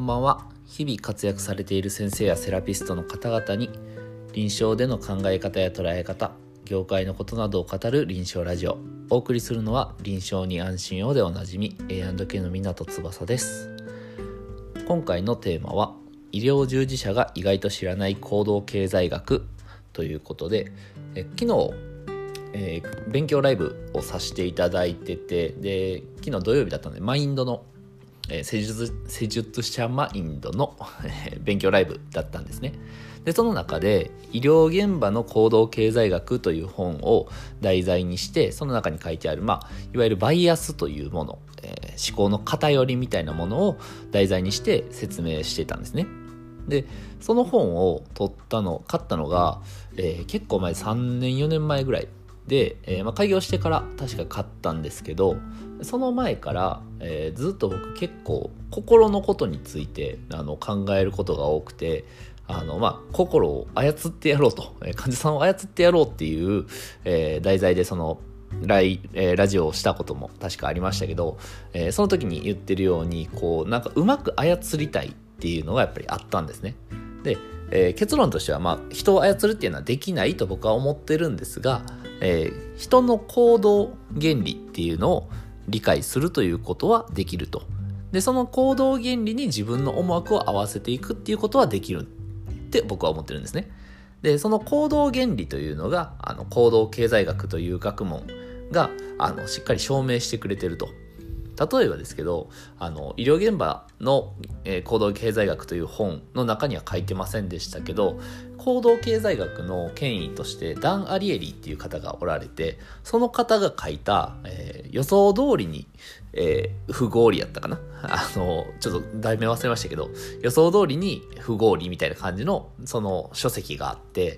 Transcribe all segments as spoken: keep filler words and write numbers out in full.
こんばんは。日々活躍されている先生やセラピストの方々に臨床での考え方や捉え方、業界のことなどを語る臨床ラジオ。お送りするのは臨床に安心をでおなじみ エーアンドケー の湊翼です。今回のテーマは医療従事者が意外と知らない行動経済学ということで、え昨日、えー、勉強ライブをさせていただいてて、で昨日土曜日だったのでマインドのえー、施術、施術者マインドの勉強ライブだったんですね。でその中で医療現場の行動経済学という本を題材にして、その中に書いてある、まあ、いわゆるバイアスというもの、えー、思考の偏りみたいなものを題材にして説明してたんですね。でその本を取ったの買ったのが、えー、結構前さんねんよねんまえぐらいで、えーまあ、開業してから確か買ったんですけど、その前から、えー、ずっと僕結構心のことについてあの考えることが多くて、あの、まあ、心を操ってやろうと、えー、患者さんを操ってやろうっていう、えー、題材でそのライ、えー、ラジオをしたことも確かありましたけど、えー、その時に言ってるようにこうなんかうまく操りたいっていうのがやっぱりあったんですね。で、えー、結論としては、まあ、人を操るっていうのはできないと僕は思ってるんですが、えー、人の行動原理っていうのを理解するということはできると。でその行動原理に自分の思惑を合わせていくっていうことはできるって僕は思ってるんですね。でその行動原理というのがあの行動経済学という学問があのしっかり証明してくれてると。例えばですけど、あの医療現場の、えー、行動経済学という本の中には書いてませんでしたけど、行動経済学の権威としてダン・アリエリっていう方がおられて、その方が書いた、えー、予想通りに、えー、不合理やったかなあのちょっと題名忘れましたけど、予想通りに不合理みたいな感じのその書籍があって、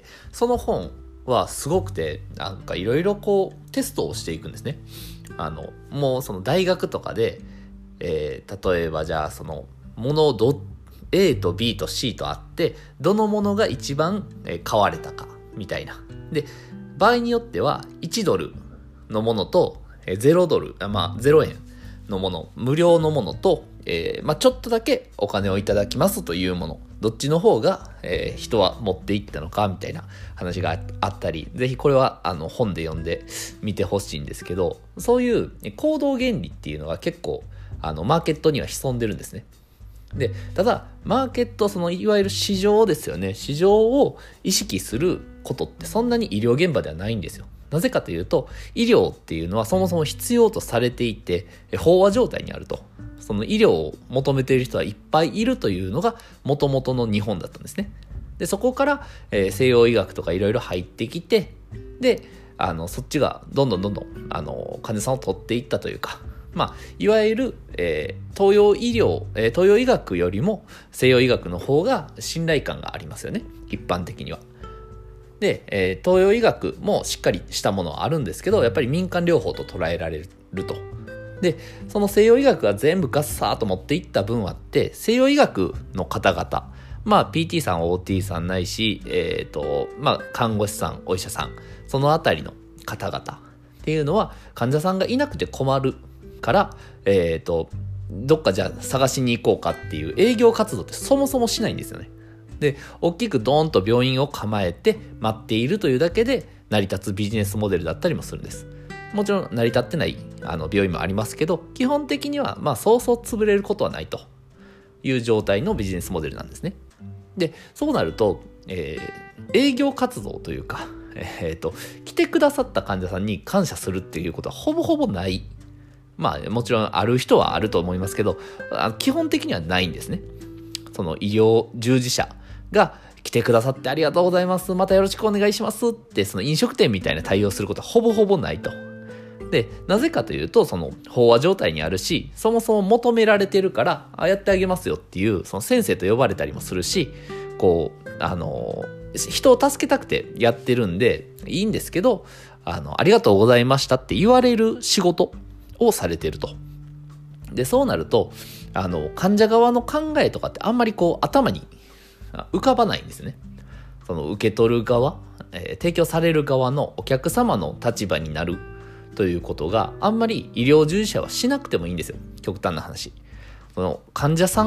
その本はすごくて、なんかいろいろこうテストをしていくんですね。あのもうその大学とかで、えー、例えばじゃあそのものをど A と B と C とあって、どのものが一番、えー、買われたかみたいな。で場合によってはいちドルのものと、えー、ゼロドル、まあゼロえんのもの、無料のものと、えーまあ、ちょっとだけお金をいただきますというもの、どっちの方が、えー、人は持っていったのかみたいな話があったり、ぜひこれはあの本で読んでみてほしいんですけど、そういう行動原理っていうのが結構あのマーケットには潜んでるんですね。でただマーケット、そのいわゆる市場ですよね、市場を意識することってそんなに医療現場ではないんですよ。なぜかというと、医療っていうのはそもそも必要とされていて飽和状態にあると。その医療を求めている人はいっぱいいるというのが元々の日本だったんですね。でそこから、えー、西洋医学とかいろいろ入ってきて、であのそっちがどんどんどんどんあの患者さんを取っていったというか、まあ、いわゆる、えー、東洋医療、えー、東洋医学よりも西洋医学の方が信頼感がありますよね、一般的には。で、えー、東洋医学もしっかりしたものはあるんですけど、やっぱり民間療法と捉えられると。でその西洋医学が全部ガッサーと持っていった分あって、西洋医学の方々、まあ ピーティー さん オーティー さんないし、えーとまあ、看護師さん、お医者さん、そのあたりの方々っていうのは患者さんがいなくて困るから、えーとどっかじゃあ探しに行こうかっていう営業活動ってそもそもしないんですよね。で大きくドーンと病院を構えて待っているというだけで成り立つビジネスモデルだったりもするんです。もちろん成り立ってないあの病院もありますけど、基本的にはまあそうそう潰れることはないという状態のビジネスモデルなんですね。でそうなると、えー、営業活動というか、えーと、来てくださった患者さんに感謝するっていうことはほぼほぼない。まあもちろんある人はあると思いますけど、基本的にはないんですね。その医療従事者が来てくださってありがとうございます、またよろしくお願いしますって、その飲食店みたいな対応することはほぼほぼないと。でなぜかというと、その飽和状態にあるし、そもそも求められてるからあやってあげますよっていう、その先生と呼ばれたりもするし、こうあの人を助けたくてやってるんでいいんですけど、あのありがとうございましたって言われる仕事をされてると。でそうなるとあの患者側の考えとかってあんまりこう頭に浮かばないんですね。その受け取る側、えー、提供される側のお客様の立場になるということがあんまり医療従事者はしなくてもいいんですよ。極端な話、その患者さんっ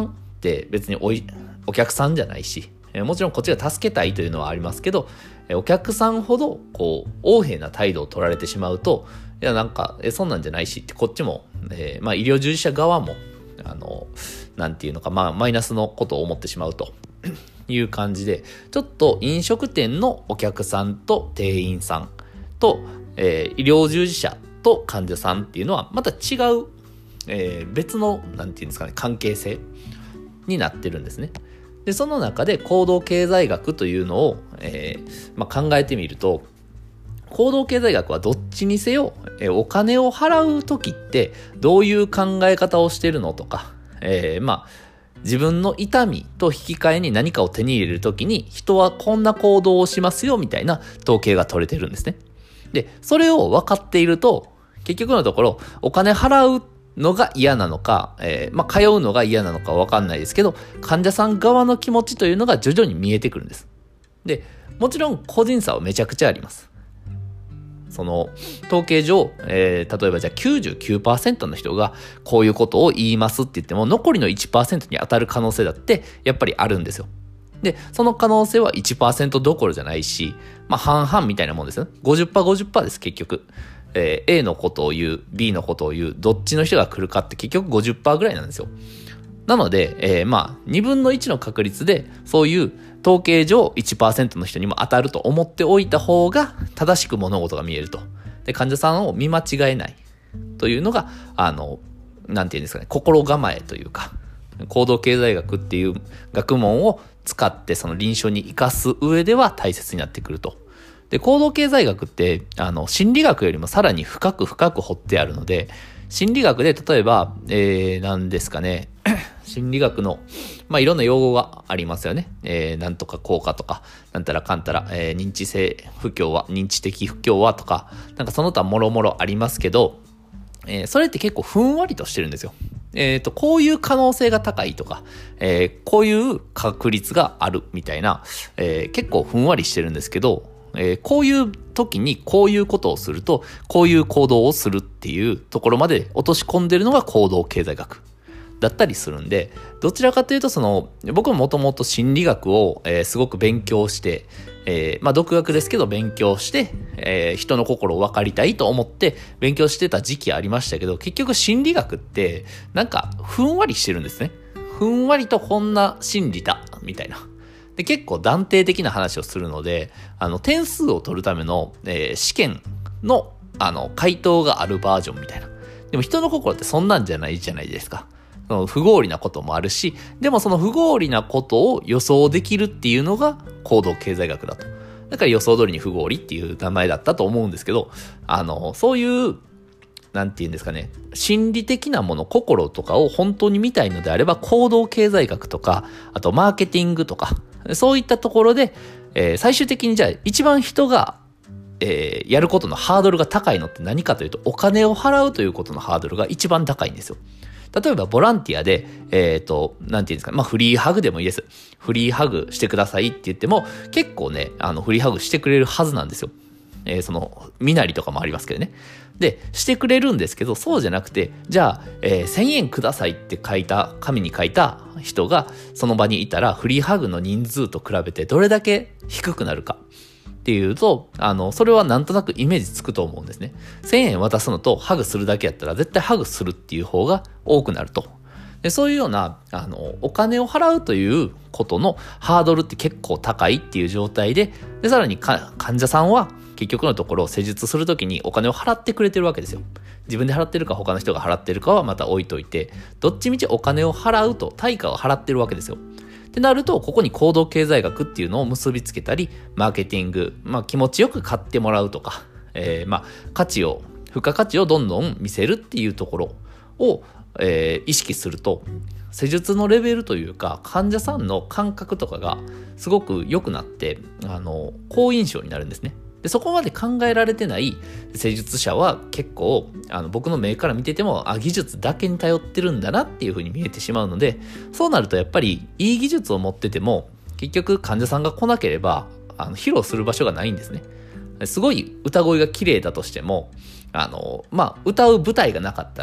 って別に お, いお客さんじゃないし、もちろんこっちが助けたいというのはありますけど、お客さんほどこう横柄な態度を取られてしまうと、いやなんかえそんなんじゃないしってこっちも、えーまあ、医療従事者側もあのなんていうのか、まあ、マイナスのことを思ってしまうという感じで、ちょっと飲食店のお客さんと店員さんと、えー、医療従事者と患者さんっていうのはまた違う、えー、別のなんていうんですかね、関係性になってるんですね。でその中で行動経済学というのを、えーまあ、考えてみると、行動経済学はどっちにせよ、えー、お金を払うときってどういう考え方をしてるのとか、えー、まあ自分の痛みと引き換えに何かを手に入れるときに人はこんな行動をしますよみたいな統計が取れてるんですね。でそれを分かっていると、結局のところお金払うのが嫌なのか、えー、まあ通うのが嫌なのか分かんないですけど、患者さん側の気持ちというのが徐々に見えてくるんです。でもちろん個人差はめちゃくちゃあります。その統計上、えー、例えばじゃあ きゅうじゅうきゅうパーセント の人がこういうことを言いますって言っても、残りの いちパーセント に当たる可能性だってやっぱりあるんですよ。でその可能性は いちパーセント どころじゃないし、まあ半々みたいなもんですよね。 ごじゅっパーセントごじゅっパーセント です結局。えー、A のことを言う B のことを言う、どっちの人が来るかって結局 ごじゅっパーセント ぐらいなんですよ。なので、えー、まあにぶんのいちの確率でそういう統計上 いちパーセント の人にも当たると思っておいた方が正しく物事が見えると。で患者さんを見間違えないというのが、あのなんていうんですかね、心構えというか、行動経済学っていう学問を使ってその臨床に生かす上では大切になってくると。で行動経済学ってあの心理学よりもさらに深く深く掘ってあるので、心理学で例えば、えー、何ですかね心理学の、まあ、いろんな用語がありますよね。えー、なんとか効果とか、なんたらかんたら、えー、認知性不協和、認知的不協和とか、なんかその他もろもろありますけど、えー、それって結構ふんわりとしてるんですよ。えっと、こういう可能性が高いとか、えー、こういう確率があるみたいな、えー、結構ふんわりしてるんですけど、えー、こういう時にこういうことをすると、こういう行動をするっていうところまで落とし込んでるのが行動経済学だったりするんで、どちらかというとその僕ももともと心理学を、えー、すごく勉強して、えー、まあ独学ですけど勉強して、えー、人の心を分かりたいと思って勉強してた時期ありましたけど、結局心理学ってなんかふんわりしてるんですね。ふんわりとこんな心理だみたいな。で結構断定的な話をするので、あの点数を取るための、えー、試験のあの回答があるバージョンみたいな。でも人の心ってそんなんじゃないじゃないですか。その不合理なこともあるし、でもその不合理なことを予想できるっていうのが行動経済学だと。だから予想通りに不合理っていう名前だったと思うんですけど、あのそういうなんていうんですかね、心理的なもの、心とかを本当に見たいのであれば、行動経済学とか、あとマーケティングとか、そういったところで、えー、最終的にじゃあ一番人が、えー、やることのハードルが高いのって何かというと、お金を払うということのハードルが一番高いんですよ。例えばボランティアで、えっと、なんていうんですか、まあフリーハグでもいいです。フリーハグしてくださいって言っても、結構ね、あのフリーハグしてくれるはずなんですよ。えー、その身なりとかもありますけどね。でしてくれるんですけど、そうじゃなくて、じゃあ、えー、せんえんくださいって書いた紙に書いた人がその場にいたら、フリーハグの人数と比べてどれだけ低くなるかっていうと、あのそれはなんとなくイメージつくと思うんですね。せんえん渡すのとハグするだけやったら絶対ハグするっていう方が多くなると。でそういうようなあのお金を払うということのハードルって結構高いっていう状態で、でさらにか患者さんは結局のところ施術するときにお金を払ってくれてるわけですよ。自分で払ってるか他の人が払ってるかはまた置いといて、どっちみちお金を払うと対価を払ってるわけですよ。ってなると、ここに行動経済学っていうのを結びつけたり、マーケティング、まあ気持ちよく買ってもらうとか、えー、まあ価値を付加価値をどんどん見せるっていうところを、えー、意識すると、施術のレベルというか患者さんの感覚とかがすごく良くなって、あの好印象になるんですね。でそこまで考えられてない施術者は結構あの僕の目から見てても、あ技術だけに頼ってるんだなっていう風に見えてしまうので、そうなるとやっぱりいい技術を持ってても結局患者さんが来なければあの披露する場所がないんですね。すごい歌声が綺麗だとしても、あのまあ歌う舞台がなかったら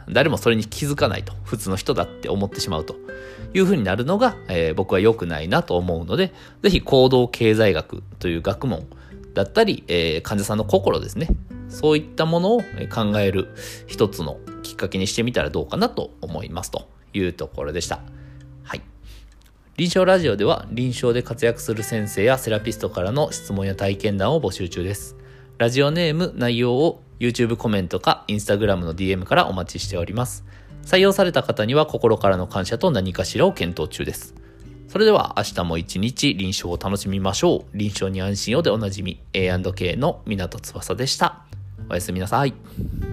誰もそれに気づかないと、普通の人だって思ってしまうというふうになるのが、えー、僕は良くないなと思うので、ぜひ行動経済学という学問だったり、えー、患者さんの心ですね、そういったものを考える一つのきっかけにしてみたらどうかなと思いますというところでした。はい。臨床ラジオでは臨床で活躍する先生やセラピストからの質問や体験談を募集中です。ラジオネーム、内容を YouTube コメントか Instagram の ディーエム からお待ちしております。採用された方には心からの感謝と何かしらを検討中です。それでは明日も一日臨床を楽しみましょう。臨床に安心をでおなじみ エーアンドケー の港翼でした。おやすみなさい。